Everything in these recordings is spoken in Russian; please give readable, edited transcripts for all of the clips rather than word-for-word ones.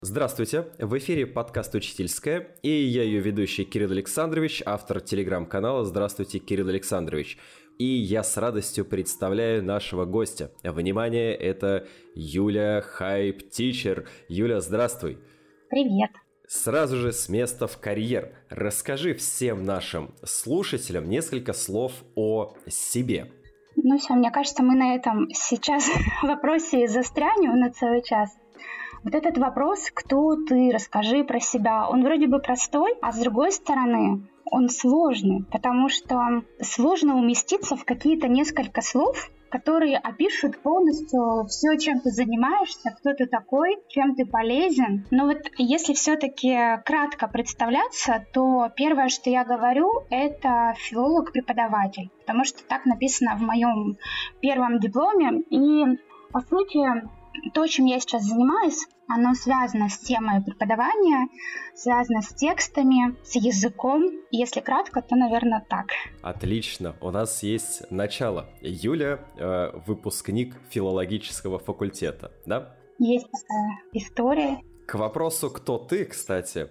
Здравствуйте, в эфире подкаст «Учительская», и я ее ведущий Кирилл Александрович, автор телеграм-канала «Здравствуйте, Кирилл Александрович». И я с радостью представляю нашего гостя. Внимание, это Юля Хайп-Тичер. Юля, здравствуй. Привет. Сразу же с места в карьер. Расскажи всем нашим слушателям несколько слов о себе. Ну все, мне кажется, мы на этом сейчас вопросе застрянем на целый час. Вот этот вопрос, кто ты, расскажи про себя, он вроде бы простой, а с другой стороны он сложный, потому что сложно уместиться в какие-то несколько слов, которые опишут полностью все, чем ты занимаешься, кто ты такой, чем ты полезен. Но вот если все-таки кратко представляться, то первое, что я говорю, это филолог-преподаватель, потому что так написано в моем первом дипломе. И, по сути, то, чем я сейчас занимаюсь, оно связано с темой преподавания, связано с текстами, с языком. Если кратко, то, наверное, так. Отлично, у нас есть начало. Юля выпускник филологического факультета, да? Есть такая история. К вопросу «Кто ты?», кстати,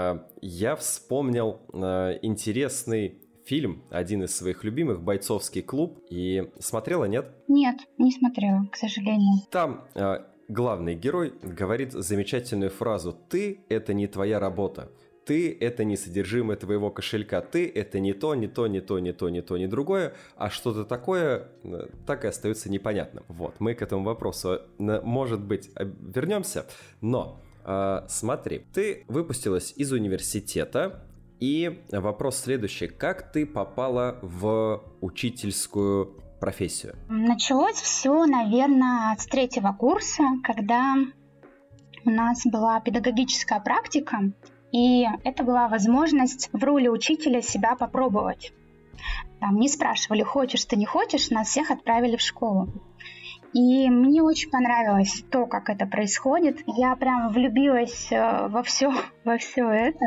я вспомнил интересный фильм, один из своих любимых, «Бойцовский клуб». И смотрела, нет? Нет, не смотрела, к сожалению. Там главный герой говорит замечательную фразу: «Ты — это не твоя работа. Ты — это не содержимое твоего кошелька. Ты — это не то, не то, не то, не то, не то, не другое, а что-то такое так и остается непонятным». Вот, мы к этому вопросу, может быть, вернемся, но смотри, ты выпустилась из университета, и вопрос следующий: как ты попала в учительскую профессию? Началось все, наверное, с 3-го курса, когда у нас была педагогическая практика, и это была возможность в роли учителя себя попробовать. Там не спрашивали, хочешь ты, не хочешь, нас всех отправили в школу. И мне очень понравилось то, как это происходит. Я прям влюбилась во все это,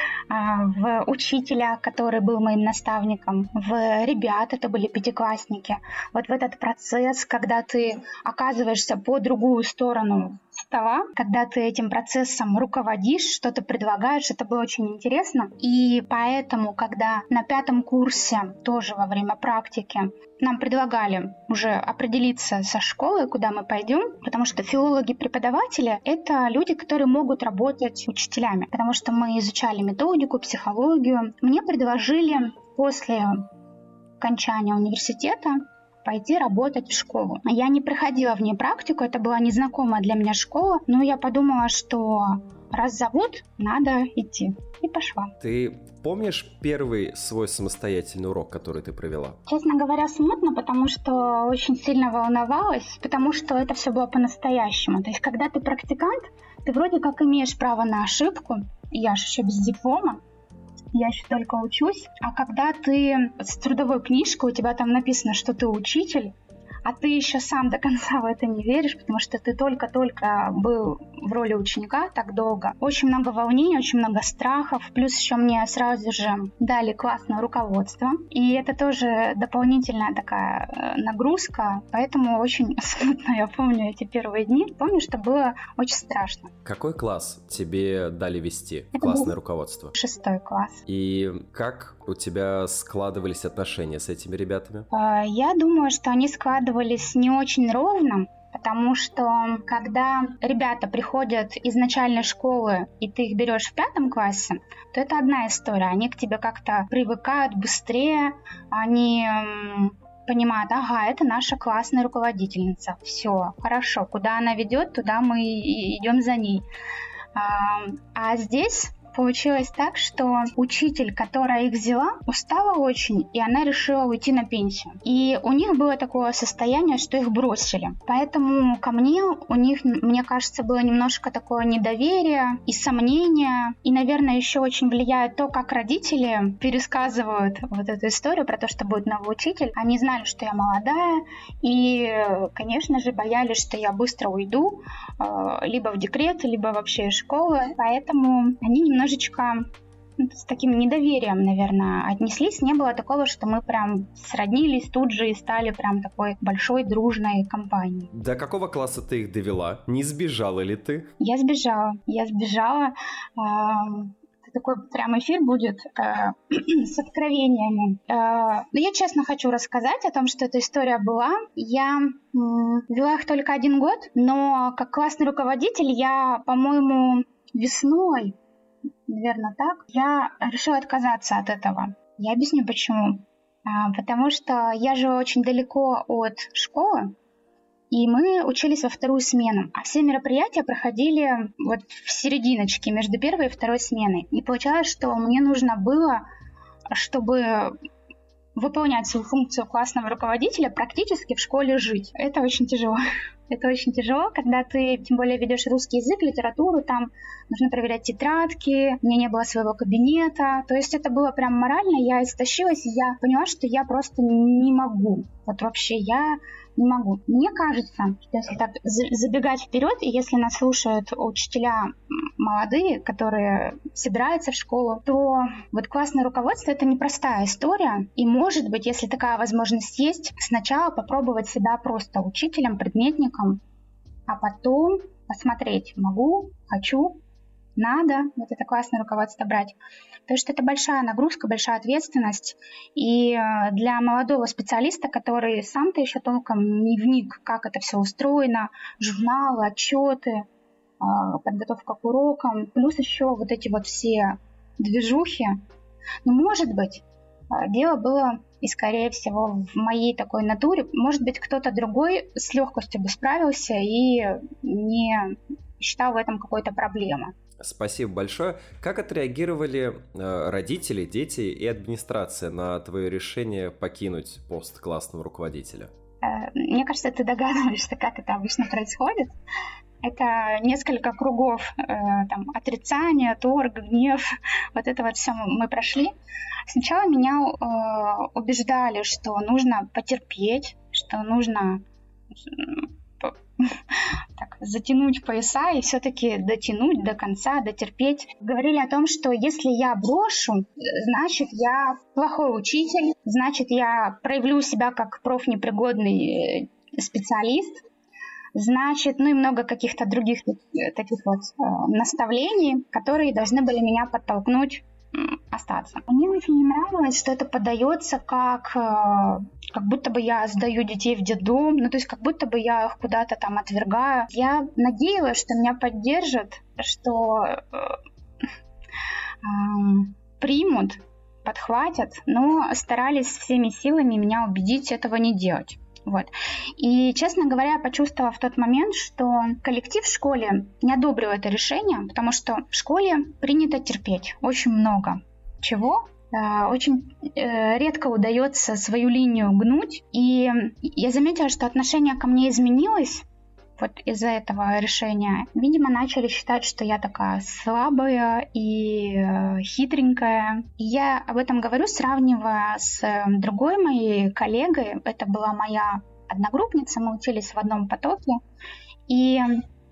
в учителя, который был моим наставником, в ребят, это были 5-классники. Вот в этот процесс, когда ты оказываешься по другую сторону стола, когда ты этим процессом руководишь, что-то предлагаешь, это было очень интересно. И поэтому, когда на 5-м курсе, тоже во время практики, нам предлагали уже определиться со школой, куда мы пойдем, потому что филологи-преподаватели — это люди, которые могут работать учителями, потому что мы изучали методику, психологию. Мне предложили после окончания университета пойти работать в школу. Я не проходила в ней практику, это была незнакомая для меня школа, но я подумала, что раз зовут, надо идти. И пошла. Ты помнишь первый свой самостоятельный урок, который ты провела? Честно говоря, смутно, потому что очень сильно волновалась, потому что это все было по-настоящему. То есть, когда ты практикант, ты вроде как имеешь право на ошибку. Я же еще без диплома. Я еще только учусь. А когда ты с трудовой книжкой, у тебя там написано, что ты учитель, а ты еще сам до конца в это не веришь, потому что ты только-только был в роли ученика так долго. Очень много волнений, очень много страхов. Плюс еще мне сразу же дали классное руководство. И это тоже дополнительная такая нагрузка. Поэтому очень смутно я помню эти первые дни. Помню, что было очень страшно. Какой класс тебе дали вести? Это Классное руководство? 6-й класс. И как у тебя складывались отношения с этими ребятами? Я думаю, что они складывались не очень ровно, потому что когда ребята приходят из начальной школы, и ты их берешь в 5-м классе, то это одна история. Они к тебе как-то привыкают быстрее, они понимают, ага, это наша классная руководительница. Все, хорошо, куда она ведет, туда мы идем за ней. А здесь получилось так, что учитель, которая их взяла, устала очень, и она решила уйти на пенсию. И у них было такое состояние, что их бросили. Поэтому ко мне у них, мне кажется, было немножко такое недоверие и сомнение. И, наверное, еще очень влияет то, как родители пересказывают вот эту историю про то, что будет новый учитель. Они знали, что я молодая, и, конечно же, боялись, что я быстро уйду, либо в декрет, либо вообще из школы. Поэтому они немножечко с таким недоверием, наверное, отнеслись. Не было такого, что мы прям сроднились тут же и стали прям такой большой дружной компанией. До какого класса ты их довела? Не сбежала ли ты? Я сбежала. Такой прям эфир будет с откровениями. Но я честно хочу рассказать о том, что эта история была. Я вела их только 1 год, но как классный руководитель я, по-моему, весной, наверное, так, я решила отказаться от этого. Я объясню почему. Потому что я живу очень далеко от школы, и мы учились во 2-ю смену. А все мероприятия проходили вот в серединочке между 1-й и 2-й сменой. И получалось, что мне нужно было, чтобы выполнять свою функцию классного руководителя, практически в школе жить. Это очень тяжело. Это очень тяжело, когда ты, тем более, ведешь русский язык, литературу, там нужно проверять тетрадки, у меня не было своего кабинета. То есть это было прям морально, я истощилась, и я поняла, что я просто не могу. Вот вообще я не могу. Мне кажется, что если так забегать вперед, и если нас слушают учителя молодые, которые собираются в школу, то вот классное руководство — это непростая история. И может быть, если такая возможность есть, сначала попробовать себя просто учителем, предметником, а потом посмотреть, могу, хочу, надо вот это классное руководство брать. Потому что это большая нагрузка, большая ответственность. И для молодого специалиста, который сам-то еще толком не вник, как это все устроено, журналы, отчеты, подготовка к урокам, плюс еще вот эти вот все движухи. Но, может быть, дело было и, скорее всего, в моей такой натуре. Может быть, кто-то другой с легкостью бы справился и не считал в этом какой-то проблемы. Спасибо большое. Как отреагировали родители, дети и администрация на твое решение покинуть пост классного руководителя? Мне кажется, ты догадываешься, как это обычно происходит. Это несколько кругов там, отрицания, торг, гнев. Вот это вот все мы прошли. Сначала меня убеждали, что нужно потерпеть, что нужно так, затянуть пояса и все-таки дотянуть до конца, дотерпеть. Говорили о том, что если я брошу, значит, я плохой учитель, значит, я проявлю себя как профнепригодный специалист, значит, ну и много каких-то других таких вот наставлений, которые должны были меня подтолкнуть остаться. Мне очень не нравилось, что это подается как будто бы я сдаю детей в детдом, ну то есть как будто бы я их куда-то там отвергаю. Я надеялась, что меня поддержат, что примут, подхватят, но старались всеми силами меня убедить этого не делать. Вот. И, честно говоря, я почувствовала в тот момент, что коллектив в школе не одобрил это решение, потому что в школе принято терпеть очень много чего. Очень редко удается свою линию гнуть. И я заметила, что отношение ко мне изменилось вот из-за этого решения. Видимо, начали считать, что я такая слабая и хитренькая. И я об этом говорю, сравнивая с другой моей коллегой. Это была моя одногруппница, мы учились в одном потоке. И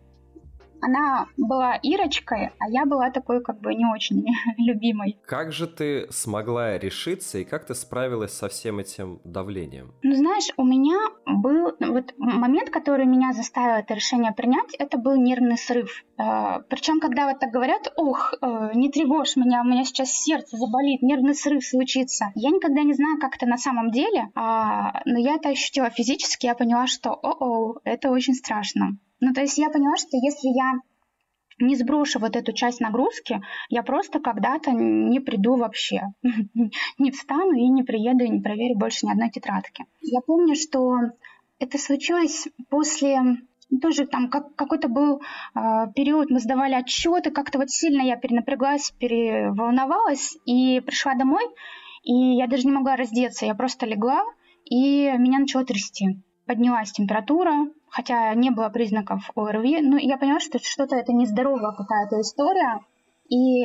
она была Ирочкой, а я была такой как бы не очень любимой. Как же ты смогла решиться и как ты справилась со всем этим давлением? Ну, знаешь, у меня был вот момент, который меня заставил это решение принять, это был нервный срыв. Причем, когда вот так говорят, не тревожь меня, у меня сейчас сердце заболит, нервный срыв случится. Я никогда не знаю, как это на самом деле, но я это ощутила физически, я поняла, что это очень страшно. Ну, то есть я поняла, что если я не сброшу вот эту часть нагрузки, я просто когда-то не приду вообще. Не встану и не приеду, и не проверю больше ни одной тетрадки. Я помню, что это случилось после... Тоже там какой-то был период, мы сдавали отчеты, как-то вот сильно я перенапряглась, переволновалась, и пришла домой, и я даже не могла раздеться, я просто легла, и меня начало трясти. Поднялась температура, хотя не было признаков ОРВИ. Но я поняла, что что-то это нездоровая какая-то история, и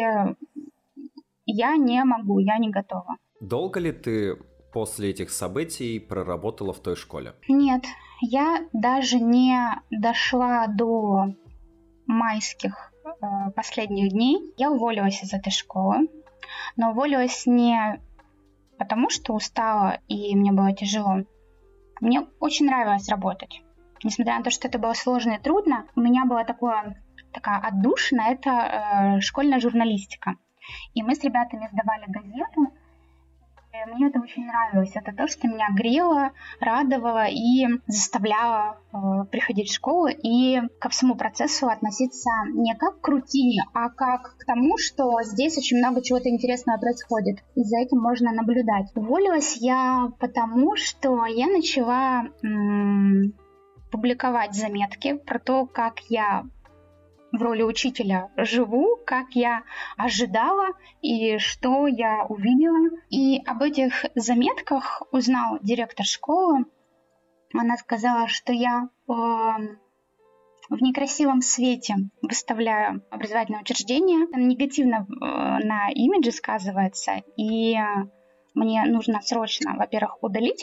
я не могу, я не готова. Долго ли ты после этих событий проработала в той школе? Нет, я даже не дошла до майских последних дней. Я уволилась из этой школы. Но уволилась не потому, что устала и мне было тяжело. Мне очень нравилось работать. Несмотря на то, что это было сложно и трудно, у меня была такая отдушина, это школьная журналистика. И мы с ребятами сдавали газету. И мне это очень нравилось. Это то, что меня грело, радовало и заставляло приходить в школу и ко всему процессу относиться не как к рутине, а как к тому, что здесь очень много чего-то интересного происходит. И за этим можно наблюдать. Уволилась я потому, что я начала публиковать заметки про то, как я в роли учителя живу, как я ожидала и что я увидела. И об этих заметках узнал директор школы. Она сказала, что я в некрасивом свете выставляю образовательное учреждение. Это негативно на имидже сказывается. И мне нужно срочно, во-первых, удалить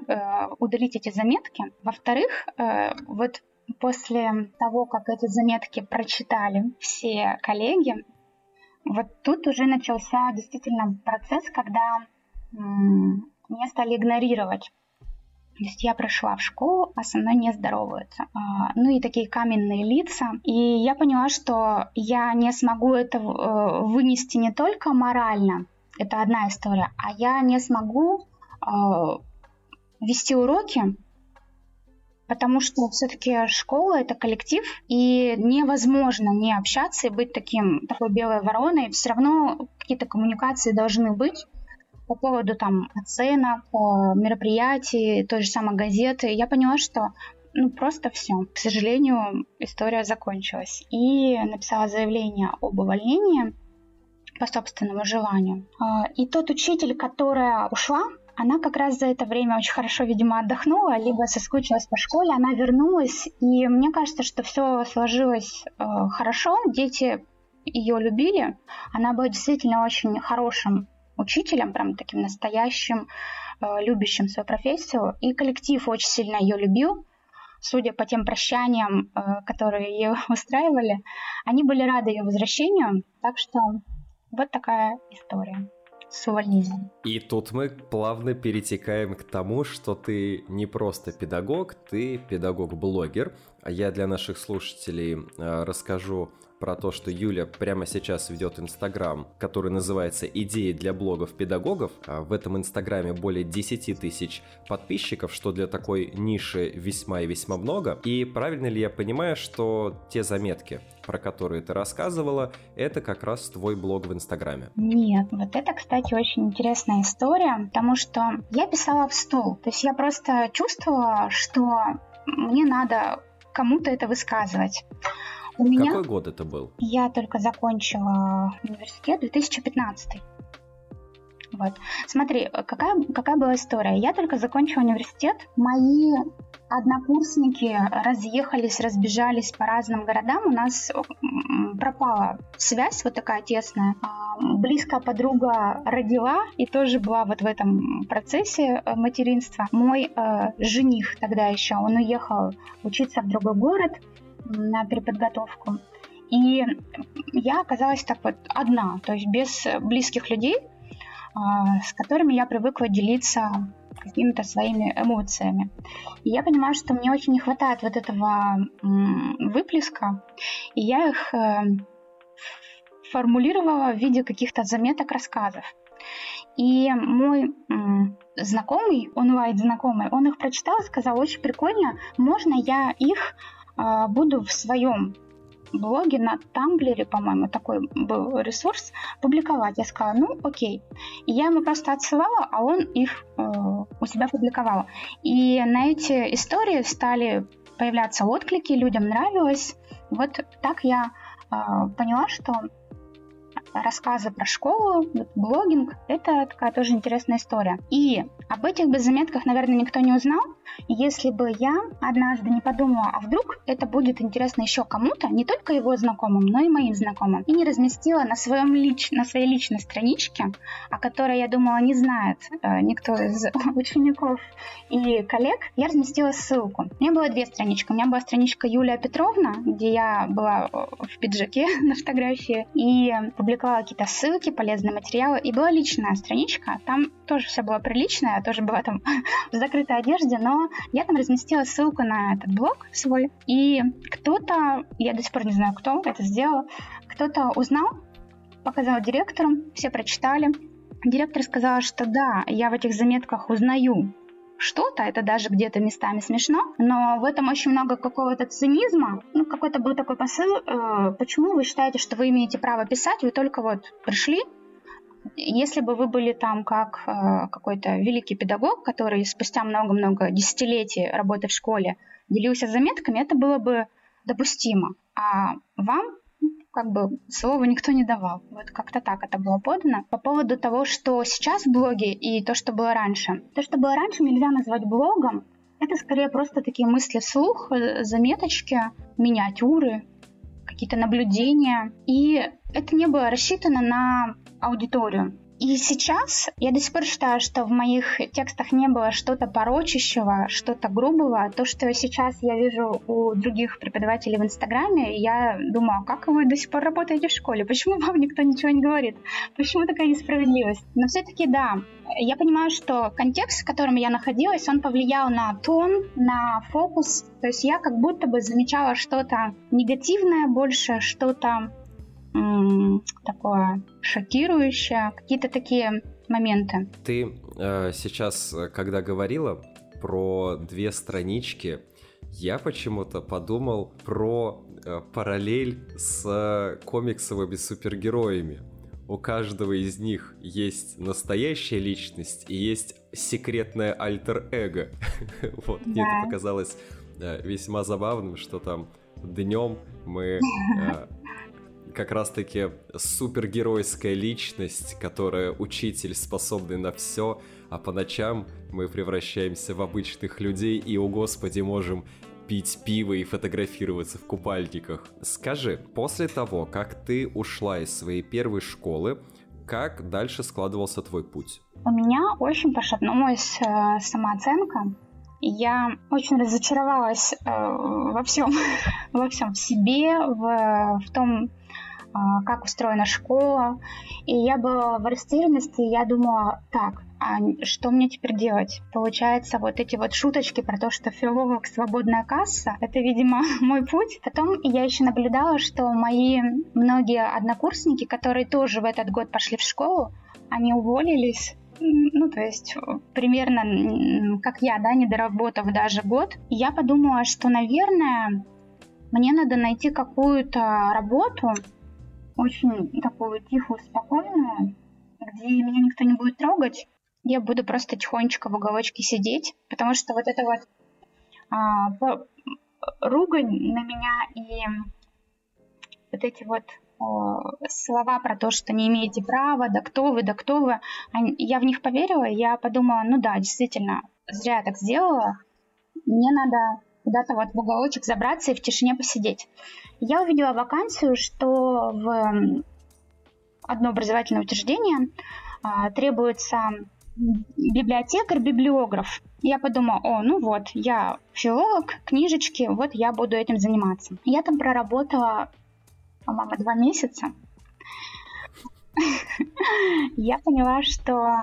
эти заметки. Во-вторых, вот после того, как эти заметки прочитали все коллеги, вот тут уже начался действительно процесс, когда меня стали игнорировать. То есть я пришла в школу, а со мной не здороваются. Ну и такие каменные лица. И я поняла, что я не смогу это вынести не только морально, это одна история, а я не смогу вести уроки, потому что все-таки школа — это коллектив, и невозможно не общаться и быть такой белой вороной. Все равно какие-то коммуникации должны быть по поводу оценок, мероприятий, той же самой газеты. Я поняла, что просто все. К сожалению, история закончилась. И написала заявление об увольнении по собственному желанию. И тот учитель, которая ушла, она как раз за это время очень хорошо, видимо, отдохнула, либо соскучилась по школе, она вернулась, и мне кажется, что все сложилось хорошо, дети ее любили, она была действительно очень хорошим учителем, прям таким настоящим, любящим свою профессию, и коллектив очень сильно ее любил. Судя по тем прощаниям, которые ее устраивали, они были рады ее возвращению, так что вот такая история с увольнением. И тут мы плавно перетекаем к тому, что ты не просто педагог, ты педагог-блогер. А я для наших слушателей расскажу про то, что Юля прямо сейчас ведет Инстаграм, который называется «Идеи для блогов педагогов». В этом Инстаграме более 10 тысяч подписчиков, что для такой ниши весьма и весьма много. И правильно ли я понимаю, что те заметки, про которые ты рассказывала, это как раз твой блог в Инстаграме? Нет, вот это, кстати, очень интересная история, потому что я писала в стол. То есть я просто чувствовала, что мне надо кому-то это высказывать. Какой год это был? Я только закончила университет, 2015. Вот. Смотри, какая была история. Я только закончила университет, мои однокурсники разъехались, разбежались по разным городам, у нас пропала связь вот такая тесная. Близкая подруга родила и тоже была вот в этом процессе материнства. Мой жених тогда еще, он уехал учиться в другой город на переподготовку. И я оказалась так вот одна, то есть без близких людей, с которыми я привыкла делиться какими-то своими эмоциями. И я понимаю, что мне очень не хватает вот этого выплеска, и я их формулировала в виде каких-то заметок, рассказов. И мой знакомый, онлайн-знакомый, он их прочитал и сказал: очень прикольно, можно я их буду в своем блоге на Тамблере, по-моему, такой был ресурс, публиковать. Я сказала: ну, окей. И я ему просто отсылала, а он их у себя публиковал. И на эти истории стали появляться отклики, людям нравилось. Вот так я поняла, что рассказы про школу, блогинг — это такая тоже интересная история. И об этих бы заметках, наверное, никто не узнал, если бы я однажды не подумала, а вдруг это будет интересно еще кому-то, не только его знакомым, но и моим знакомым, и не разместила на своей личной страничке, о которой, я думала, не знает никто из учеников и коллег. Я разместила ссылку. У меня было две странички. У меня была страничка Юлия Петровна, где я была в пиджаке на фотографии, и публиковала публиковала какие-то ссылки, полезные материалы, и была личная страничка, там тоже все было прилично, я тоже была там в закрытой одежде, но я там разместила ссылку на этот блог свой, и кто-то, я до сих пор не знаю, кто это сделал, кто-то узнал, показал директору, все прочитали. Директор сказал, что да, я в этих заметках узнаю что-то, это даже где-то местами смешно, но в этом очень много какого-то цинизма. Какой-то был такой посыл, почему вы считаете, что вы имеете право писать, вы только вот пришли. Если бы вы были там как какой-то великий педагог, который спустя много-много десятилетий работы в школе делился заметками, это было бы допустимо. А вам слова никто не давал. Вот как-то так это было подано. По поводу того, что сейчас в блоге и то, что было раньше. То, что было раньше, нельзя назвать блогом. Это скорее просто такие мысли вслух, заметочки, миниатюры, какие-то наблюдения. И это не было рассчитано на аудиторию. И сейчас я до сих пор считаю, что в моих текстах не было что-то порочащего, что-то грубого. То, что сейчас я вижу у других преподавателей в Инстаграме, я думаю, как вы до сих пор работаете в школе? Почему вам никто ничего не говорит? Почему такая несправедливость? Но все-таки да, я понимаю, что контекст, в котором я находилась, он повлиял на тон, на фокус. То есть я как будто бы замечала что-то негативное больше, что-то такое шокирующее, какие-то такие моменты. Ты сейчас, когда говорила про 2 странички, я почему-то подумал про параллель с комиксовыми супергероями. У каждого из них есть настоящая личность и есть секретное альтер-эго. Вот, мне это показалось весьма забавным, что там днем мы... как раз-таки супергеройская личность, которая учитель, способный на все, а по ночам мы превращаемся в обычных людей и, о господи, можем пить пиво и фотографироваться в купальниках. Скажи, после того, как ты ушла из своей первой школы, как дальше складывался твой путь? У меня очень пошатнулась самооценка. Я очень разочаровалась во всем в себе, в том, как устроена школа. И я была в растерянности, и я думала, так, а что мне теперь делать? Получается, вот эти вот шуточки про то, что филолог свободная касса, это, видимо, мой путь. Потом я еще наблюдала, что мои многие однокурсники, которые тоже в этот год пошли в школу, они уволились. То есть примерно как я, не доработав даже год. И я подумала, что, наверное, мне надо найти какую-то работу, очень такую тихую, спокойную, где меня никто не будет трогать. Я буду просто тихонечко в уголочке сидеть, потому что вот это вот ругань на меня и вот эти вот слова про то, что не имеете права, да кто вы, я в них поверила, я подумала, действительно, зря я так сделала, мне надо куда-то вот в уголочек забраться и в тишине посидеть. Я увидела вакансию, что в одно образовательное учреждение требуется библиотекарь, библиограф. Я подумала, я филолог, книжечки, вот я буду этим заниматься. Я там проработала, по-моему, 2 месяца. Я поняла, что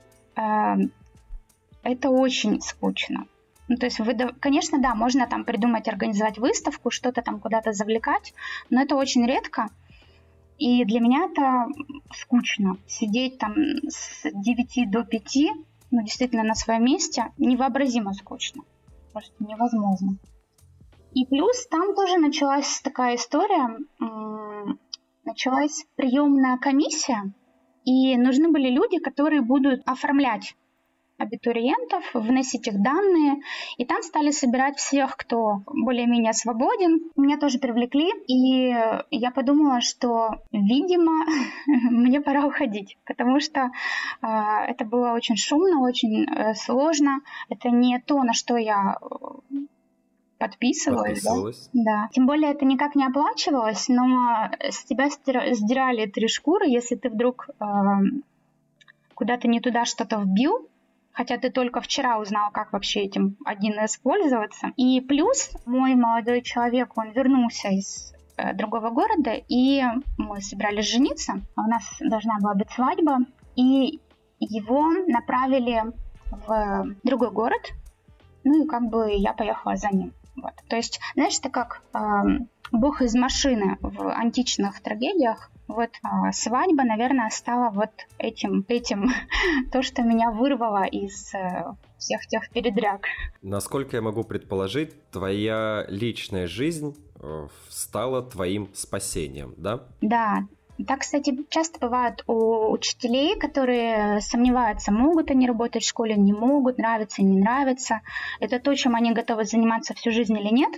это очень скучно. То есть, конечно, да, можно там придумать, организовать выставку, что-то там куда-то завлекать, но это очень редко. И для меня это скучно. Сидеть там с 9 до 5, действительно на своем месте, невообразимо скучно. Просто невозможно. И плюс там тоже началась такая история, началась приемная комиссия, и нужны были люди, которые будут оформлять абитуриентов, вносить их данные, и там стали собирать всех, кто более-менее свободен. Меня тоже привлекли, и я подумала, что, видимо, мне пора уходить, потому что это было очень шумно, очень сложно. Это не то, на что я подписывалась. Да. Тем более это никак не оплачивалось, но с тебя сдирали 3 шкуры, если ты вдруг куда-то не туда что-то вбил, хотя ты только вчера узнал, как вообще этим 1С пользоваться. И плюс мой молодой человек, он вернулся из другого города, и мы собирались жениться. У нас должна была быть свадьба, и его направили в другой город, ну и как бы я поехала за ним. Вот. То есть, знаешь, это как бог из машины в античных трагедиях. Вот свадьба, наверное, стала вот этим то, что меня вырвало из всех тех передряг. Насколько я могу предположить, твоя личная жизнь стала твоим спасением, да? Да. Так, кстати, часто бывает у учителей, которые сомневаются, могут они работать в школе, не могут, нравится, не нравится. Это то, чем они готовы заниматься всю жизнь или нет.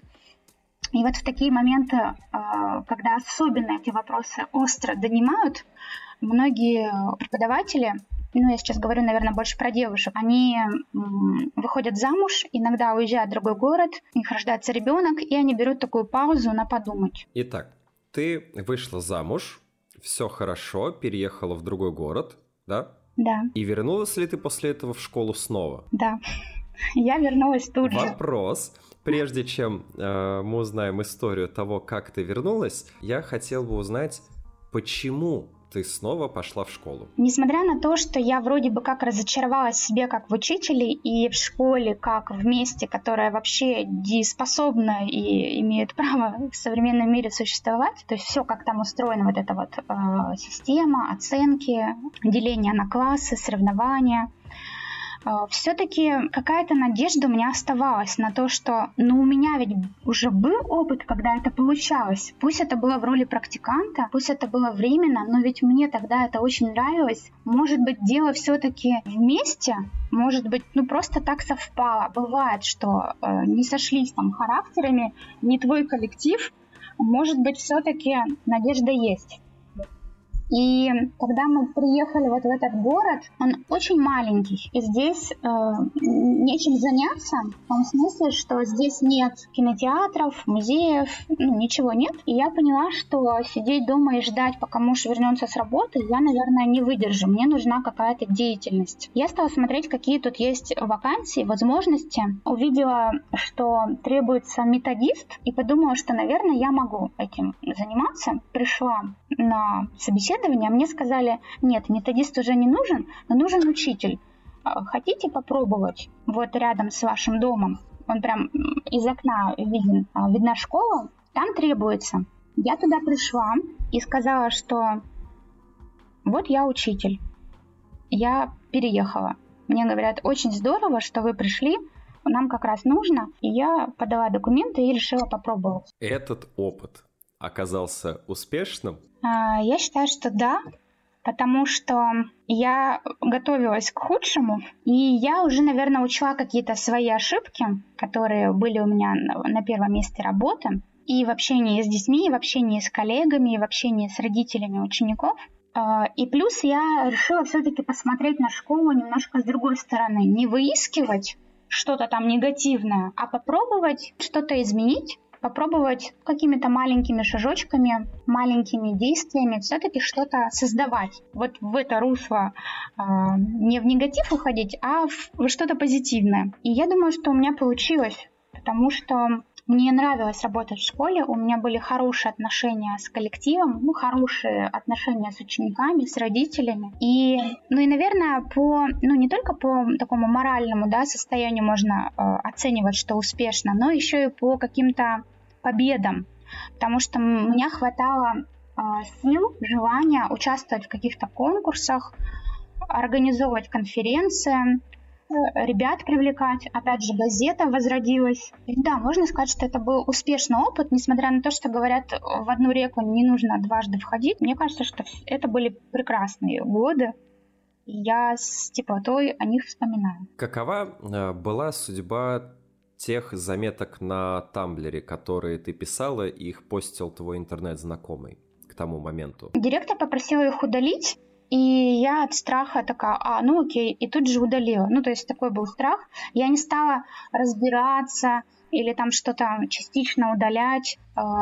И вот в такие моменты, когда особенно эти вопросы остро донимают, многие преподаватели, ну, я сейчас говорю, наверное, больше про девушек, они выходят замуж, иногда уезжают в другой город, у них рождается ребенок, и они берут такую паузу на подумать. Итак, ты вышла замуж, все хорошо, переехала в другой город, да? Да. И вернулась ли ты после этого в школу снова? Да, я вернулась тут же. Вопрос. Прежде чем мы узнаем историю того, как ты вернулась, я хотел бы узнать, почему ты снова пошла в школу. Несмотря на то, что я вроде бы как разочаровалась в себе как в учителе и в школе как в месте, которое вообще дееспособно и имеет право в современном мире существовать, то есть все, как там устроена вот эта вот система, оценки, деление на классы, соревнования, все-таки какая-то надежда у меня оставалась на то, что у меня ведь уже был опыт, когда это получалось. Пусть это было в роли практиканта, пусть это было временно, но ведь мне тогда это очень нравилось. Может быть, дело все-таки вместе, может быть, просто так совпало. Бывает, что не сошлись там характерами, не твой коллектив, может быть, все-таки надежда есть. И когда мы приехали вот в этот город, он очень маленький, и здесь нечем заняться, в том смысле, что здесь нет кинотеатров, музеев, ничего нет. И я поняла, что сидеть дома и ждать, пока муж вернется с работы, я, наверное, не выдержу. Мне нужна какая-то деятельность. Я стала смотреть, какие тут есть вакансии, возможности. Увидела, что требуется методист, и подумала, что, наверное, я могу этим заниматься. Пришла на собеседование, мне сказали, нет, методист уже не нужен, но нужен учитель. Хотите попробовать? Вот рядом с вашим домом, он прям из окна видна школа, там требуется. Я туда пришла и сказала, что вот я учитель, я переехала. Мне говорят, очень здорово, что вы пришли, нам как раз нужно. И я подала документы и решила попробовать. Этот опыт оказался успешным? Я считаю, что да, потому что я готовилась к худшему, и я уже, наверное, учла какие-то свои ошибки, которые были у меня на первом месте работы, и в общении с детьми, и в общении с коллегами, и в общении с родителями учеников. И плюс я решила все-таки посмотреть на школу немножко с другой стороны, не выискивать что-то там негативное, а попробовать что-то изменить, попробовать какими-то маленькими шажочками, маленькими действиями все-таки что-то создавать. Вот в это русло не в негатив уходить, а в что-то позитивное. И я думаю, что у меня получилось, потому что мне нравилось работать в школе, у меня были хорошие отношения с коллективом, хорошие отношения с учениками, с родителями. И, наверное, не только по такому моральному состоянию можно оценивать, что успешно, но еще и по каким-то победам, потому что у меня хватало сил, желания участвовать в каких-то конкурсах, организовывать конференции, ребят привлекать, опять же, газета возродилась. И да, можно сказать, что это был успешный опыт, несмотря на то, что говорят, в одну реку не нужно дважды входить. Мне кажется, что это были прекрасные годы, и я с теплотой о них вспоминаю. Какова была судьба тех заметок на Тамблере, которые ты писала, и их постил твой интернет-знакомый к тому моменту? Директор попросила их удалить, и я от страха такая, окей, и тут же удалила. То есть такой был страх. Я не стала разбираться или там что-то частично удалять.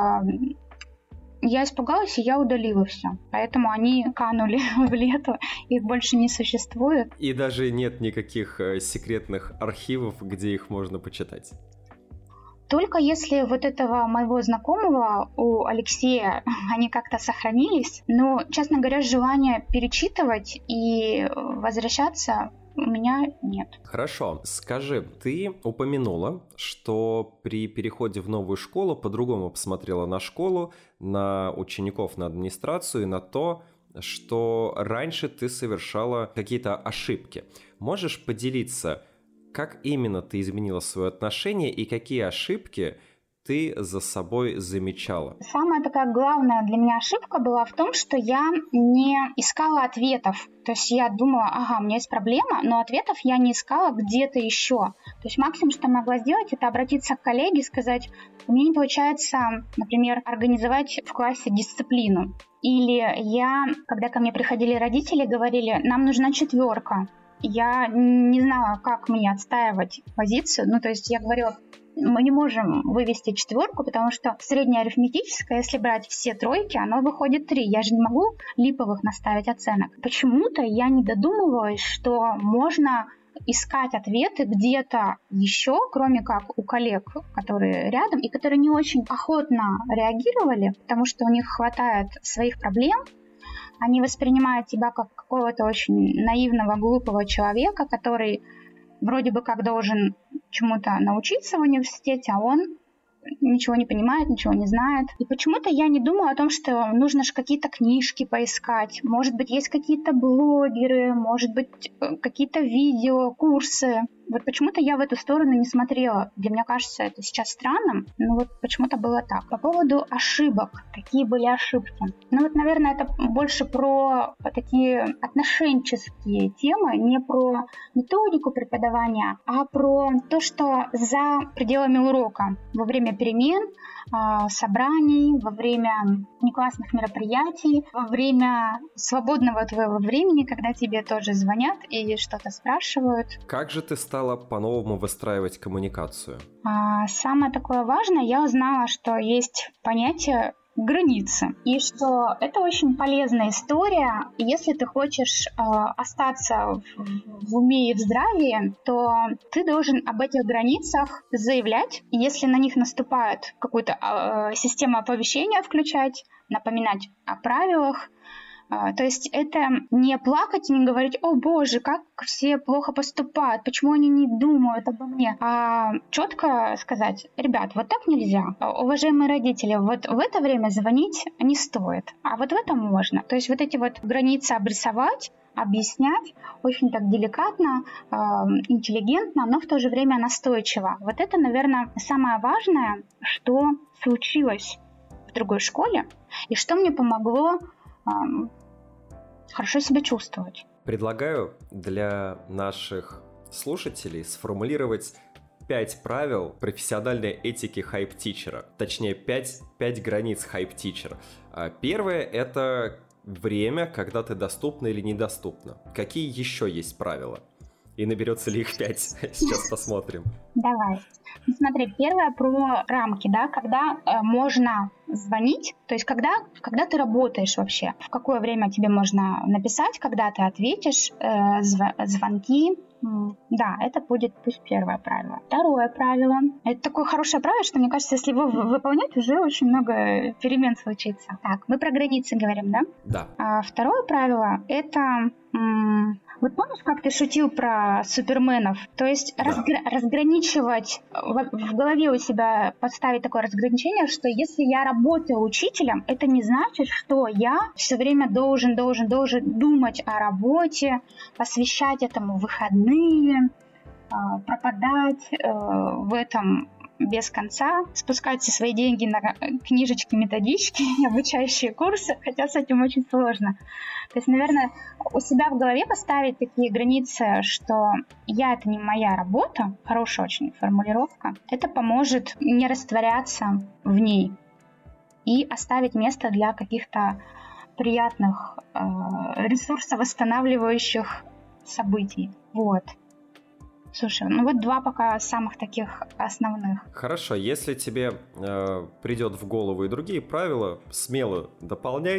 Я испугалась, и я удалила все. Поэтому они канули в лету, их больше не существует. И даже нет никаких секретных архивов, где их можно почитать? только если вот этого моего знакомого у Алексея они как-то сохранились, но, честно говоря, желания перечитывать и возвращаться у меня нет. Хорошо. Скажи, ты упомянула, что при переходе в новую школу по-другому посмотрела на школу, на учеников, на администрацию и на то, что раньше ты совершала какие-то ошибки. Можешь поделиться, как именно ты изменила свое отношение и какие ошибки ты за собой замечала? Самая такая главная для меня ошибка была в том, что я не искала ответов. То есть я думала, ага, у меня есть проблема, но ответов я не искала где-то еще. То есть максимум, что я могла сделать, это обратиться к коллеге и сказать, у меня не получается, например, организовать в классе дисциплину. Или когда ко мне приходили родители, говорили, нам нужна 4. Я не знала, как мне отстаивать позицию. Ну, то есть я говорила, мы не можем вывести 4, потому что среднее арифметическое, если брать все 3, оно выходит 3. Я же не могу липовых наставить оценок. Почему-то я не додумывалась, что можно искать ответы где-то еще, кроме как у коллег, которые рядом и которые не очень охотно реагировали, потому что у них хватает своих проблем. Они воспринимают тебя как какого-то очень наивного, глупого человека, который вроде бы как должен чему-то научиться в университете, а он ничего не понимает, ничего не знает. И почему-то я не думала о том, что нужно же какие-то книжки поискать. Может быть, есть какие-то блогеры, может быть, какие-то видео, курсы. Вот почему-то я в эту сторону не смотрела. Для меня кажется, это сейчас странным, но вот почему-то было так. По поводу ошибок. Какие были ошибки? Ну вот, наверное, это больше про такие отношенческие темы, не про методику преподавания, а про то, что за пределами урока, во время перемен, собраний, во время неклассных мероприятий, во время свободного твоего времени, когда тебе тоже звонят и что-то спрашивают. Как же ты стала по-новому выстраивать коммуникацию? Самое такое важное, я узнала, что есть понятие границы. И что это очень полезная история. Если ты хочешь остаться в уме и в здравии, то ты должен об этих границах заявлять. И если на них наступает какую-то систему оповещения включать, напоминать о правилах. То есть это не плакать и не говорить, о боже, как все плохо поступают, почему они не думают обо мне, а четко сказать, ребят, вот так нельзя, уважаемые родители, вот в это время звонить не стоит, а вот в это можно. То есть вот эти вот границы обрисовать, объяснять очень так деликатно, интеллигентно, но в то же время настойчиво. Вот это, наверное, самое важное, что случилось в другой школе и что мне помогло хорошо себя чувствовать. Предлагаю для наших слушателей сформулировать 5 правил профессиональной этики хайп-тичера. Точнее, 5 границ хайп-тичера. Первое — это время, когда ты доступна или недоступна. Какие еще есть правила? И наберется ли их 5? Сейчас посмотрим. Давай. Смотри, первое про рамки, да, когда можно звонить, то есть когда ты работаешь вообще, в какое время тебе можно написать, когда ты ответишь, звонки. Да, это будет пусть первое правило. Второе правило. Это такое хорошее правило, что, мне кажется, если его выполнять, уже очень много перемен случится. Так, мы про границы говорим, да? Да. Второе правило — это... Вот помнишь, как ты шутил про суперменов? То есть да. Разграничивать, в голове у себя поставить такое разграничение, что если я работаю учителем, это не значит, что я все время должен думать о работе, посвящать этому выходные, пропадать в этом без конца, спускать все свои деньги на книжечки, методички, обучающие курсы, хотя с этим очень сложно. То есть, наверное, у себя в голове поставить такие границы, что это не моя работа, хорошая очень формулировка, это поможет не растворяться в ней и оставить место для каких-то приятных ресурсовосстанавливающих событий. Вот. Слушай, вот 2 пока самых таких основных. Хорошо, если тебе придет в голову и другие правила, смело дополняй.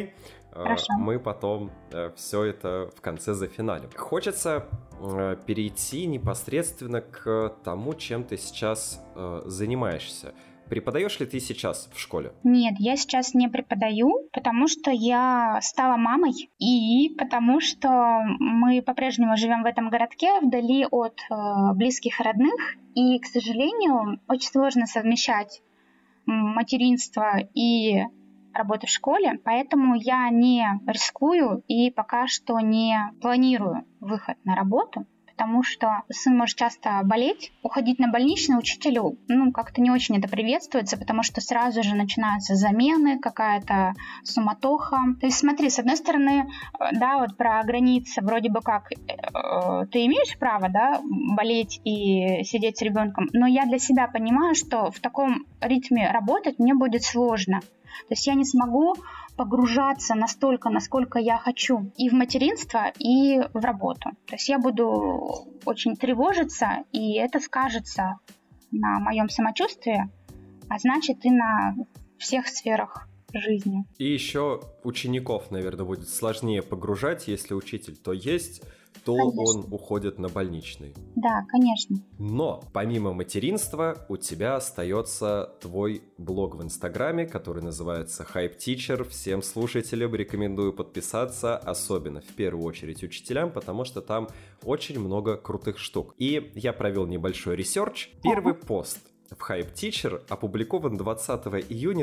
Хорошо. Мы потом все это в конце зафиналим. Хочется перейти непосредственно к тому, чем ты сейчас занимаешься. Преподаешь ли ты сейчас в школе? Нет, я сейчас не преподаю, потому что я стала мамой и потому что мы по-прежнему живем в этом городке вдали от близких и родных, и, к сожалению, очень сложно совмещать материнство и работу в школе, поэтому я не рискую и пока что не планирую выход на работу, потому что сын может часто болеть. Уходить на больничный учителю, как-то не очень это приветствуется, потому что сразу же начинаются замены, какая-то суматоха. То есть смотри, с одной стороны, да, вот про границы, вроде бы как ты имеешь право, да, болеть и сидеть с ребенком, но я для себя понимаю, что в таком ритме работать мне будет сложно. То есть я не смогу погружаться настолько, насколько я хочу и в материнство, и в работу. То есть я буду очень тревожиться, и это скажется на моем самочувствии, а значит и на всех сферах жизни. И еще учеников, наверное, будет сложнее погружать, если учитель то есть, то конечно. Он уходит на больничный. Да, конечно. Но помимо материнства у тебя остается твой блог в Инстаграме, который называется Hype Teacher. Всем слушателям рекомендую подписаться, особенно в первую очередь учителям, потому что там очень много крутых штук. И я провел небольшой ресерч. Первый пост в Hype Teacher опубликован 20 июня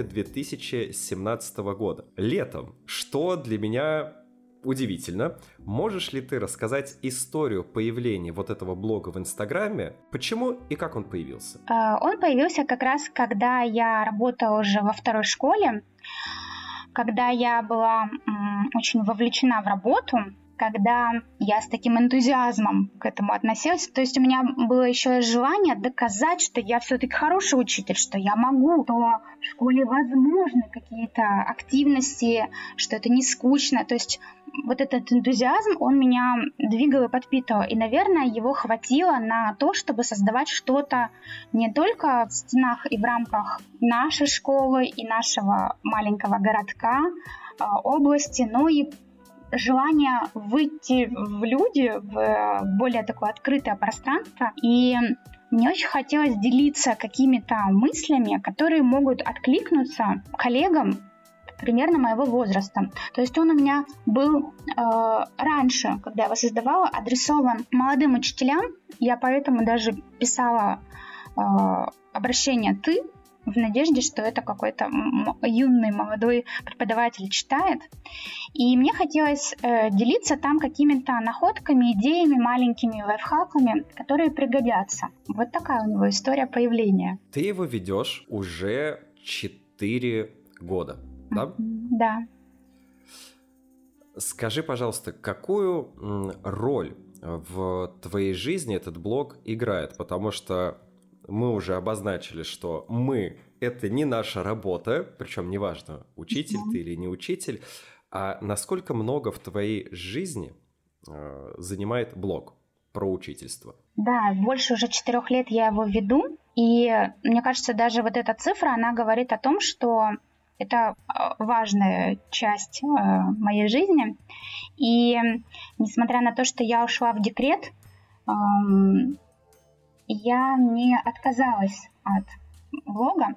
2017 года. Летом. Что для меня удивительно. Можешь ли ты рассказать историю появления вот этого блога в Инстаграме? Почему и как он появился? Он появился как раз, когда я работала уже во второй школе, когда я была очень вовлечена в работу, когда я с таким энтузиазмом к этому относилась. То есть у меня было еще желание доказать, что я все-таки хороший учитель, что я могу, что в школе возможны какие-то активности, что это не скучно. То есть вот этот энтузиазм, он меня двигал и подпитывал. И, наверное, его хватило на то, чтобы создавать что-то не только в стенах и в рамках нашей школы и нашего маленького городка, области, но и желание выйти в люди, в более такое открытое пространство. И мне очень хотелось делиться какими-то мыслями, которые могут откликнуться коллегам примерно моего возраста. То есть он у меня был раньше, когда я его создавала, адресован молодым учителям. Я поэтому даже писала обращение «ты», в надежде, что это какой-то юный молодой преподаватель читает. И мне хотелось делиться там какими-то находками, идеями, маленькими лайфхаками, которые пригодятся. Вот такая у него история появления. Ты его ведешь уже 4 года, да? Да. Скажи, пожалуйста, какую роль в твоей жизни этот блог играет? Потому что мы уже обозначили, что мы — это не наша работа, причем неважно, учитель ты или не учитель, а насколько много в твоей жизни занимает блог про учительство? Да, больше уже 4 лет я его веду, и мне кажется, даже вот эта цифра, она говорит о том, что это важная часть моей жизни. И несмотря на то, что я ушла в декрет, я не отказалась от блога.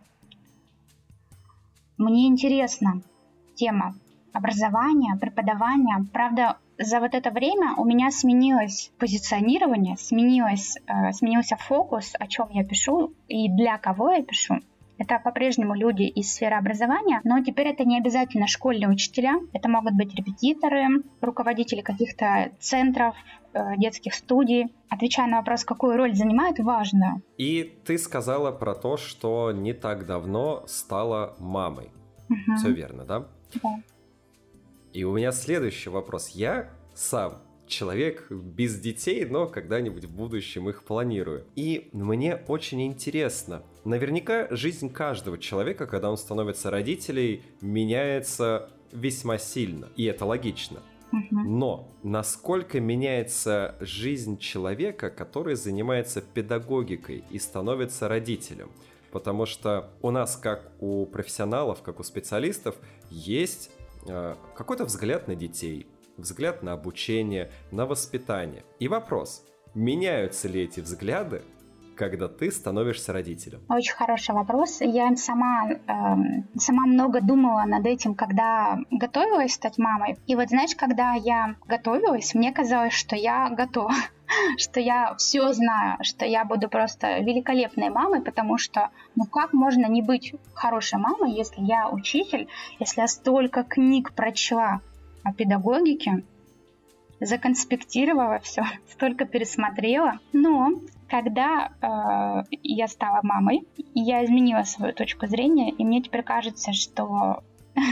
Мне интересна тема образования, преподавания. Правда, за вот это время у меня сменилось позиционирование, сменился фокус, о чем я пишу и для кого я пишу. Это по-прежнему люди из сферы образования, но теперь это не обязательно школьные учителя. Это могут быть репетиторы, руководители каких-то центров, детских студий. Отвечая на вопрос, какую роль занимает, важную. И ты сказала про то, что не так давно стала мамой. Угу. Все верно, да? Да. И у меня следующий вопрос. Я сам человек без детей, но когда-нибудь в будущем их планирую. И мне очень интересно. Наверняка жизнь каждого человека, когда он становится родителем, меняется весьма сильно. И это логично. Но насколько меняется жизнь человека, который занимается педагогикой и становится родителем? Потому что у нас, как у профессионалов, как у специалистов, есть какой-то взгляд на детей, взгляд на обучение, на воспитание. И вопрос, меняются ли эти взгляды, когда ты становишься родителем? Очень хороший вопрос. Я сама много думала над этим, когда готовилась стать мамой. И вот знаешь, когда я готовилась, мне казалось, что я готова, что я все знаю, что я буду просто великолепной мамой, потому что как можно не быть хорошей мамой, если я учитель, если я столько книг прочла о педагогике, законспектировала все, столько пересмотрела. Но когда я стала мамой, я изменила свою точку зрения, и мне теперь кажется, что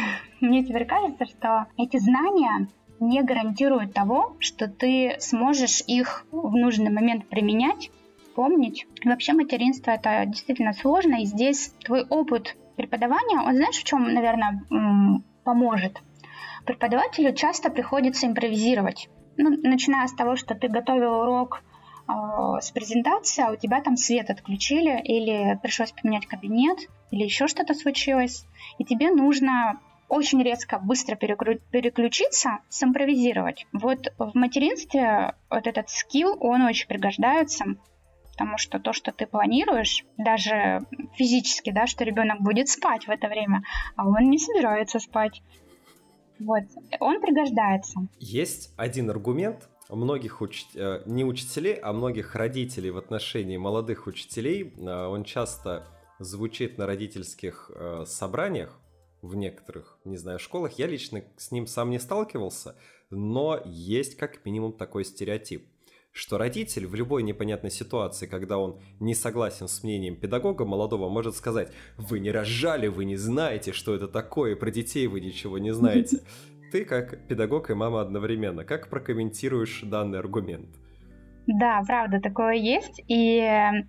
эти знания не гарантируют того, что ты сможешь их в нужный момент применять, помнить. И вообще материнство — это действительно сложно, и здесь твой опыт преподавания, он знаешь, в чем, наверное, поможет? Преподавателю часто приходится импровизировать. Начиная с того, что ты готовил урок с презентацией, а у тебя там свет отключили, или пришлось поменять кабинет, или еще что-то случилось, и тебе нужно очень резко, быстро переключиться, симпровизировать. Вот в материнстве вот этот скилл, он очень пригождается, потому что то, что ты планируешь, даже физически, да, что ребенок будет спать в это время, а он не собирается спать. Вот, он пригождается. Есть один аргумент многих не учителей, а многих родителей в отношении молодых учителей. Он часто звучит на родительских собраниях в некоторых, не знаю, школах. Я лично с ним сам не сталкивался, но есть как минимум такой стереотип, что родитель в любой непонятной ситуации, когда он не согласен с мнением педагога молодого, может сказать: «Вы не рожали, вы не знаете, что это такое, про детей вы ничего не знаете». Ты как педагог и мама одновременно. Как прокомментируешь данный аргумент? Да, правда, такое есть. И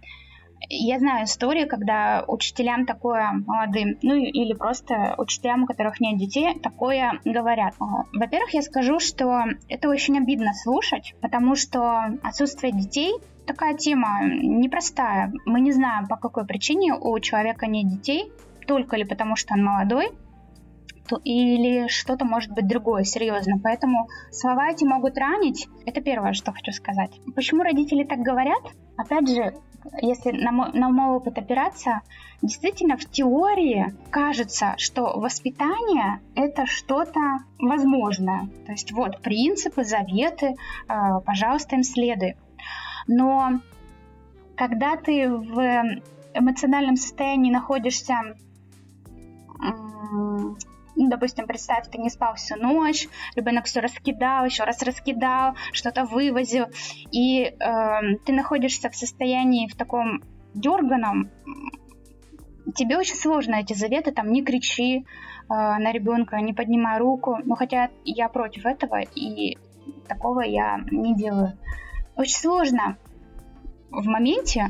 я знаю истории, когда учителям такое молодым, или просто учителям, у которых нет детей, такое говорят. Во-первых, я скажу, что это очень обидно слушать, потому что отсутствие детей — такая тема непростая. Мы не знаем, по какой причине у человека нет детей, только ли потому, что он молодой, или что-то может быть другое, серьезно. Поэтому слова эти могут ранить. Это первое, что хочу сказать. Почему родители так говорят? Опять же, если на мой опыт опираться, действительно в теории кажется, что воспитание — это что-то возможное. То есть вот принципы, заветы, пожалуйста, им следуй. Но когда ты в эмоциональном состоянии находишься, допустим, представь, ты не спал всю ночь, ребенок все раскидал, еще раз раскидал, что-то вывозил, и ты находишься в состоянии в таком дерганом, тебе очень сложно эти заветы, там, не кричи на ребенка, не поднимай руку, хотя я против этого, и такого я не делаю. Очень сложно в моменте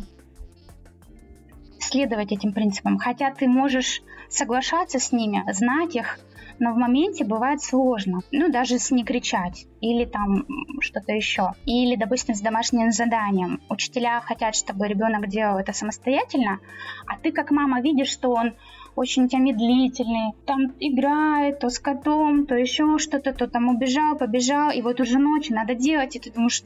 следовать этим принципам, хотя ты можешь соглашаться с ними, знать их, но в моменте бывает сложно. Даже с не кричать или там что-то еще. Или, допустим, с домашним заданием. Учителя хотят, чтобы ребенок делал это самостоятельно, а ты как мама видишь, что он очень у тебя медлительный, там играет то с котом, то еще что-то, то там убежал, побежал, и вот уже ночью надо делать, и ты думаешь...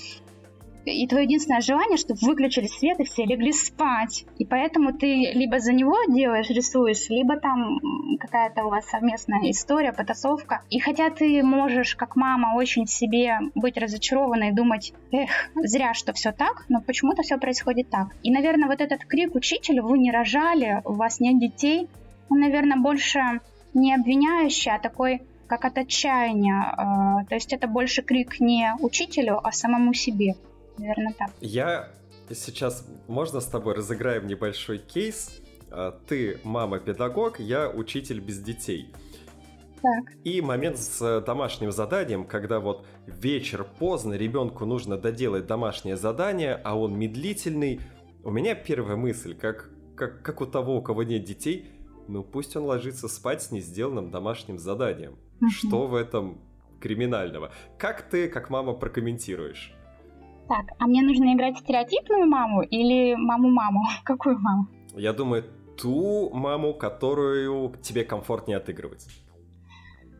И твое единственное желание, чтобы выключили свет и все легли спать. И поэтому ты либо за него делаешь, рисуешь, либо там какая-то у вас совместная история, потасовка. И хотя ты можешь, как мама, очень в себе быть разочарованной и думать: зря, что все так, но почему-то все происходит так. И, наверное, вот этот крик учителю: вы не рожали, у вас нет детей, он, наверное, больше не обвиняющий, а такой, как от отчаяния. То есть это больше крик не учителю, а самому себе. Наверное, так. Я сейчас, можно с тобой разыграем небольшой кейс? Ты мама-педагог, я учитель без детей. Так. И момент с домашним заданием, когда вот вечер поздно, ребенку нужно доделать домашнее задание, а он медлительный. У меня первая мысль, как у того, у кого нет детей, пусть он ложится спать с несделанным домашним заданием. Что в этом криминального? Как ты, как мама, прокомментируешь? Так, а мне нужно играть стереотипную маму или маму-маму? Какую маму? Я думаю, ту маму, которую тебе комфортнее отыгрывать.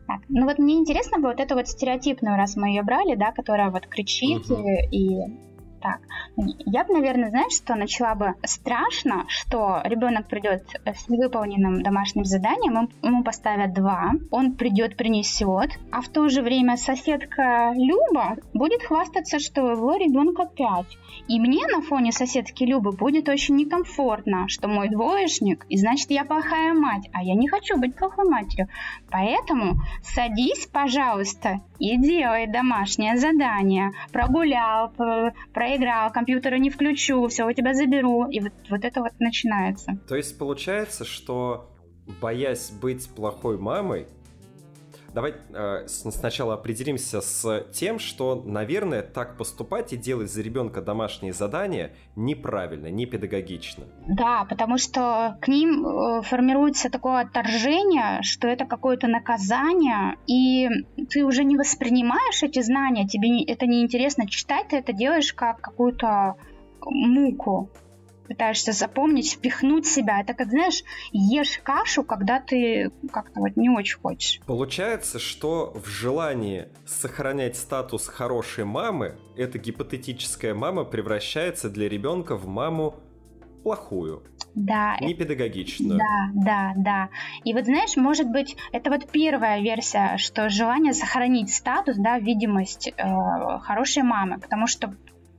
Так, ну вот мне интересно вот эту вот стереотипную, раз мы ее брали, да, которая вот кричит и так. Я бы, наверное, знаешь, что начала бы страшно, что ребенок придет с невыполненным домашним заданием, ему поставят 2, он придет, принесет, а в то же время соседка Люба будет хвастаться, что у его ребенка 5. И мне на фоне соседки Любы будет очень некомфортно, что мой двоечник, и значит я плохая мать, а я не хочу быть плохой матерью. Поэтому садись, пожалуйста, и делай домашнее задание. Прогулял, проиграл, компьютера не включу, все, у тебя заберу. И вот это вот начинается. То есть получается, что боясь быть плохой мамой, давай сначала определимся с тем, что, наверное, так поступать и делать за ребенка домашние задания неправильно, не педагогично. Да, потому что к ним формируется такое отторжение, что это какое-то наказание, и ты уже не воспринимаешь эти знания, тебе это неинтересно читать, ты это делаешь как какую-то муку. Пытаешься запомнить, впихнуть себя. Это как, знаешь, ешь кашу, когда ты как-то вот не очень хочешь. Получается, что в желании сохранять статус хорошей мамы, эта гипотетическая мама превращается для ребенка в маму плохую. Да. Не педагогичную. Да. И вот знаешь, может быть, это вот первая версия, что желание сохранить статус, да, видимость хорошей мамы, потому что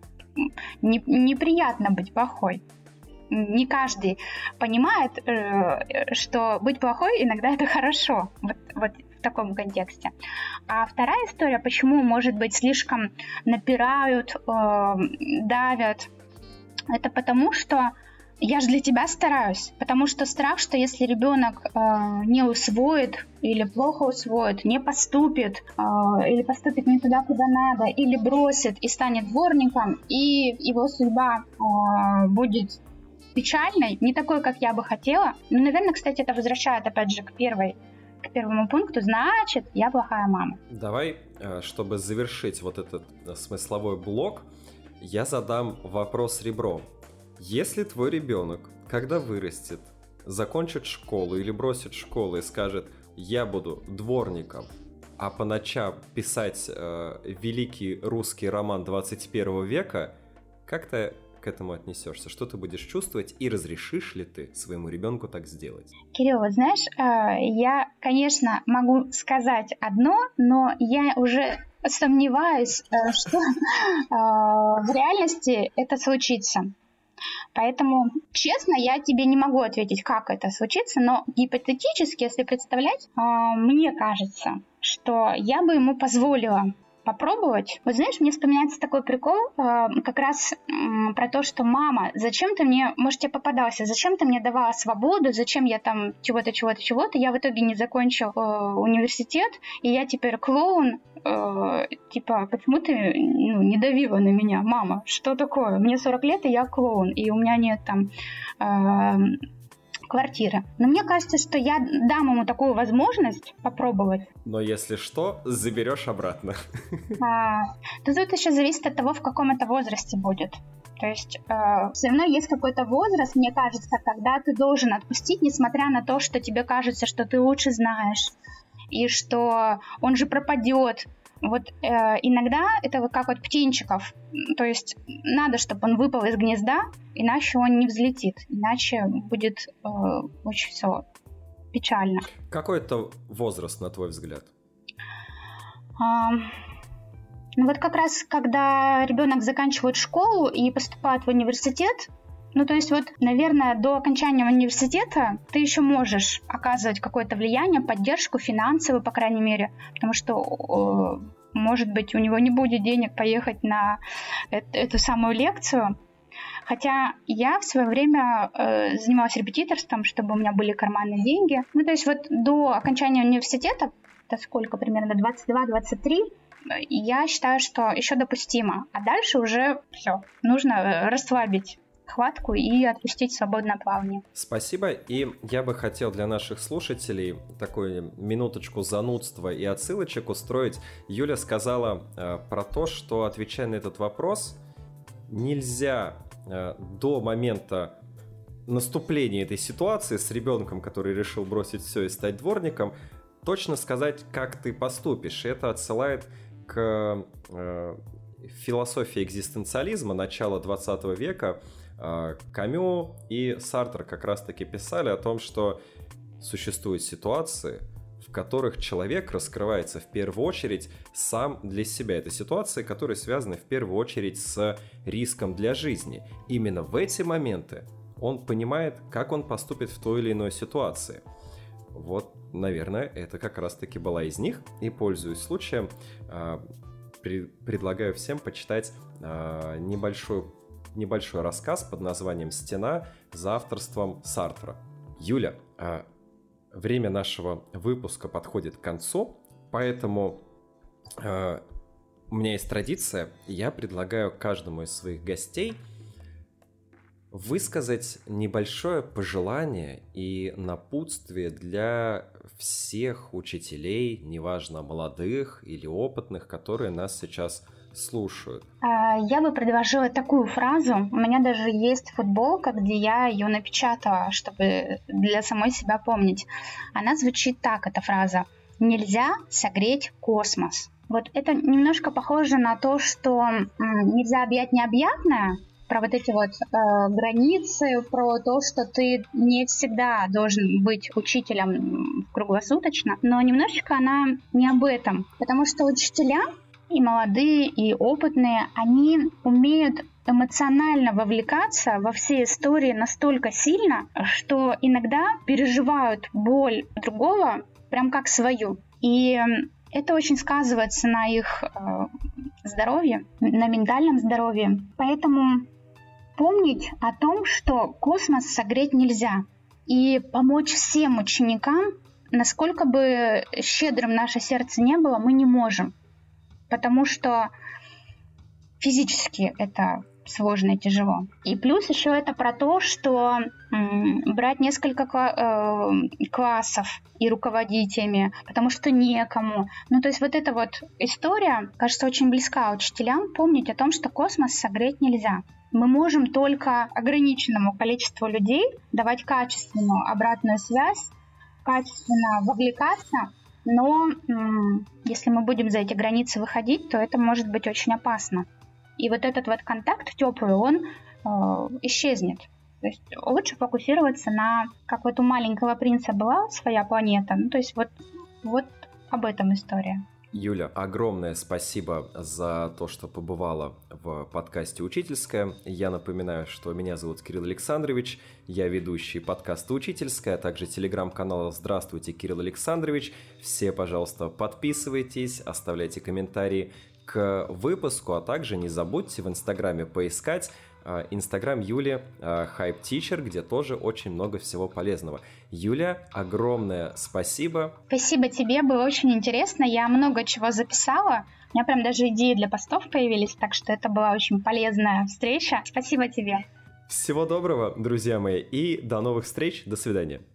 неприятно быть плохой. Не каждый понимает, что быть плохой иногда это хорошо. Вот в таком контексте. А вторая история, почему, может быть, слишком напирают, давят, это потому, что я же для тебя стараюсь. Потому что страх, что если ребенок не усвоит или плохо усвоит, не поступит, или поступит не туда, куда надо, или бросит и станет дворником, и его судьба будет печальной, не такой, как я бы хотела. Ну, наверное, кстати, это возвращает, опять же, к первому пункту, значит, я плохая мама. Давай, чтобы завершить вот этот смысловой блок, я задам вопрос ребром. Если твой ребенок, когда вырастет, закончит школу или бросит школу и скажет, я буду дворником, а по ночам писать великий русский роман 21 века, как ты к этому отнесешься? Что ты будешь чувствовать и разрешишь ли ты своему ребенку так сделать? Кирилл, вот знаешь, я, конечно, могу сказать одно, но я уже сомневаюсь, что в реальности это случится. Поэтому, честно, я тебе не могу ответить, как это случится, но гипотетически, если представлять, мне кажется, что я бы ему позволила попробовать. Вот знаешь, мне вспоминается такой прикол, как раз про то, что мама, зачем ты мне, может, тебе попадался, зачем ты мне давала свободу, зачем я там чего-то, я в итоге не закончил университет, и я теперь клоун, типа, почему ты не давила на меня, мама, что такое? Мне 40 лет, и я клоун, и у меня нет там квартиры. Но мне кажется, что я дам ему такую возможность попробовать. Но если что, заберешь обратно. То тут еще зависит от того, в каком это возрасте будет. То есть все равно есть какой-то возраст, мне кажется, когда ты должен отпустить, несмотря на то, что тебе кажется, что ты лучше знаешь, и что он же пропадет. Вот иногда это вот как вот птенчиков, то есть надо, чтобы он выпал из гнезда, иначе он не взлетит, иначе будет очень все печально. Какой это возраст, на твой взгляд? Ну вот как раз, когда ребенок заканчивает школу и поступает в университет, ну, то есть вот, наверное, до окончания университета ты еще можешь оказывать какое-то влияние, поддержку финансовую, по крайней мере, потому что, может быть, у него не будет денег поехать на эту самую лекцию. Хотя я в свое время занималась репетиторством, чтобы у меня были карманные деньги. Ну, то есть вот до окончания университета, это сколько примерно, 22-23, я считаю, что еще допустимо. А дальше уже все, нужно расслабить хватку и отпустить в свободное плавание. Спасибо, и я бы хотел для наших слушателей такую минуточку занудства и отсылочек устроить. Юля сказала про то, что, отвечая на этот вопрос, нельзя до момента наступления этой ситуации с ребенком, который решил бросить все и стать дворником, точно сказать, как ты поступишь. Это отсылает к философии экзистенциализма начала 20 века. Камю и Сартр как раз-таки писали о том, что существуют ситуации, в которых человек раскрывается в первую очередь сам для себя. Это ситуации, которые связаны в первую очередь с риском для жизни. Именно в эти моменты он понимает, как он поступит в той или иной ситуации. Вот, наверное, это как раз-таки была из них. И, пользуясь случаем, предлагаю всем почитать небольшой рассказ под названием «Стена» за авторством Сартра. Юля, время нашего выпуска подходит к концу, поэтому у меня есть традиция, я предлагаю каждому из своих гостей высказать небольшое пожелание и напутствие для всех учителей, неважно, молодых или опытных, которые нас сейчас слушают. Я бы предложила такую фразу. У меня даже есть футболка, где я ее напечатала, чтобы для самой себя помнить. Она звучит так, эта фраза: «Нельзя согреть космос». Вот это немножко похоже на то, что нельзя объять необъятное, про вот эти вот границы, про то, что ты не всегда должен быть учителем круглосуточно, но немножечко она не об этом, потому что учителя, и молодые, и опытные, они умеют эмоционально вовлекаться во все истории настолько сильно, что иногда переживают боль другого прям как свою. И это очень сказывается на их здоровье, на ментальном здоровье. Поэтому помнить о том, что космос согреть нельзя, и помочь всем ученикам, насколько бы щедрым наше сердце не было, мы не можем. Потому что физически это сложно и тяжело. И плюс еще это про то, что брать несколько классов и руководить ими, потому что некому. Ну, то есть вот эта вот история, кажется, очень близка учителям, помнить о том, что космос согреть нельзя. Мы можем только ограниченному количеству людей давать качественную обратную связь, качественно вовлекаться, но если мы будем за эти границы выходить, то это может быть очень опасно. И вот этот вот контакт теплый, он исчезнет. То есть лучше фокусироваться на, как вот у маленького принца была своя планета. Ну, то есть вот об этом история. Юля, огромное спасибо за то, что побывала в подкасте «Учительская». Я напоминаю, что меня зовут Кирилл Александрович, я ведущий подкаста «Учительская», а также телеграм-канала «Здравствуйте, Кирилл Александрович». Все, пожалуйста, подписывайтесь, оставляйте комментарии к выпуску, а также не забудьте в Инстаграме поискать Инстаграм Юли Hype Teacher, где тоже очень много всего полезного. Юля, огромное спасибо. Спасибо тебе, было очень интересно. Я много чего записала. У меня прям даже идеи для постов появились, так что это была очень полезная встреча. Спасибо тебе. Всего доброго, друзья мои, и до новых встреч. До свидания.